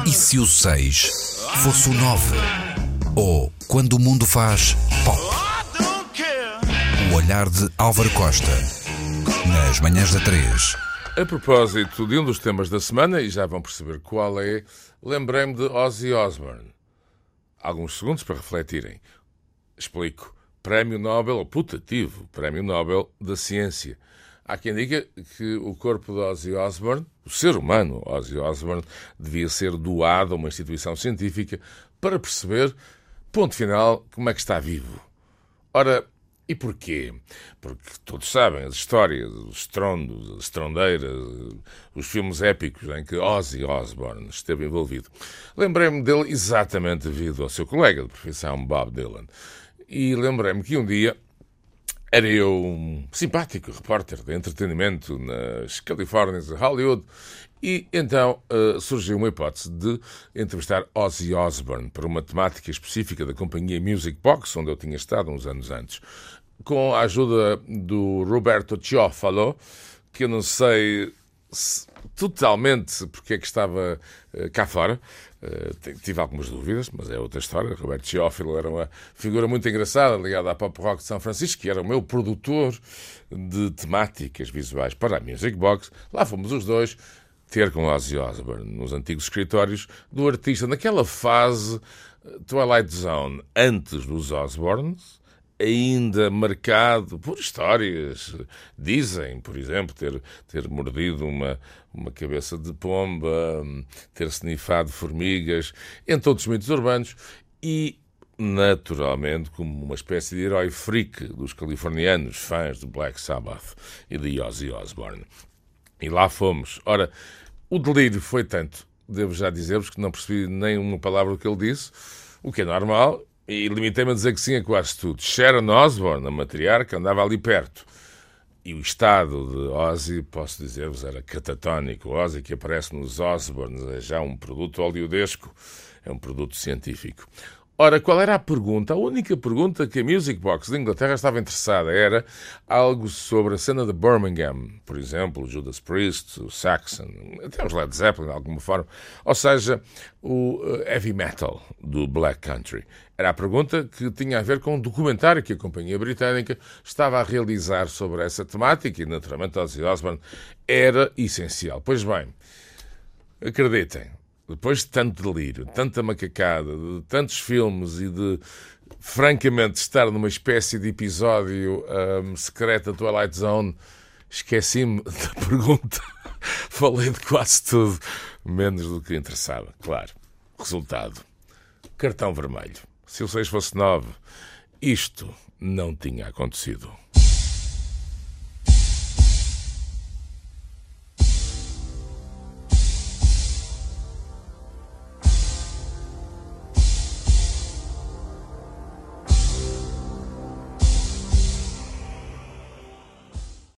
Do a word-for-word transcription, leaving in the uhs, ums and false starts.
E se o seis fosse o nove? Ou quando o mundo faz pop? O olhar de Álvaro Costa, nas manhãs da três. A propósito de um dos temas da semana, e já vão perceber qual é, lembrei-me de Ozzy Osbourne. Alguns segundos para refletirem. Explico. Prémio Nobel, ou putativo Prémio Nobel da Ciência. Há quem diga que o corpo de Ozzy Osbourne, o ser humano Ozzy Osbourne, devia ser doado a uma instituição científica para perceber, ponto final, como é que está vivo. Ora, e porquê? Porque todos sabem as histórias, os estrondos, as estrondeiras, os filmes épicos em que Ozzy Osbourne esteve envolvido. Lembrei-me dele exatamente devido ao seu colega de profissão, Bob Dylan. E lembrei-me que um dia era eu um simpático repórter de entretenimento nas Califórnias de Hollywood e então uh, surgiu uma hipótese de entrevistar Ozzy Osbourne para uma temática específica da companhia Music Box, onde eu tinha estado uns anos antes, com a ajuda do Roberto Ciofalo, que eu não sei se, totalmente porque é que estava uh, cá fora. Uh, tive algumas dúvidas, mas é outra história. Roberto Ciofalo era uma figura muito engraçada ligada à pop rock de São Francisco, que era o meu produtor de temáticas visuais para a Music Box. Lá fomos os dois ter com Ozzy Osbourne nos antigos escritórios do artista, naquela fase Twilight Zone, antes dos Osbournes, ainda marcado por histórias. Dizem, por exemplo, ter, ter mordido uma, uma cabeça de pomba, ter snifado formigas, entre outros mitos urbanos, e, naturalmente, como uma espécie de herói freak dos californianos, fãs de Black Sabbath e de Ozzy Osbourne. E lá fomos. Ora, o delírio foi tanto, devo já dizer-vos, que não percebi nem uma palavra do que ele disse, o que é normal. E limitei-me a dizer que sim a quase tudo. Sharon Osbourne, a matriarca, andava ali perto. E o estado de Ozzy, posso dizer-vos, era catatónico. O Ozzy que aparece nos Osbournes é já um produto hollywoodesco, é um produto científico. Ora, qual era a pergunta? A única pergunta que a Music Box de Inglaterra estava interessada era algo sobre a cena de Birmingham, por exemplo, o Judas Priest, o Saxon, até os Led Zeppelin, de alguma forma, ou seja, o heavy metal do Black Country. Era a pergunta que tinha a ver com um documentário que a companhia britânica estava a realizar sobre essa temática e, naturalmente, Ozzy Osbourne era essencial. Pois bem, acreditem, depois de tanto delírio, tanta macacada, de tantos filmes e de, francamente, estar numa espécie de episódio um, secreto da Twilight Zone, esqueci-me da pergunta. Falei de quase tudo, menos do que interessava. Claro. Resultado. Cartão vermelho. Se o seis fosse nove, isto não tinha acontecido.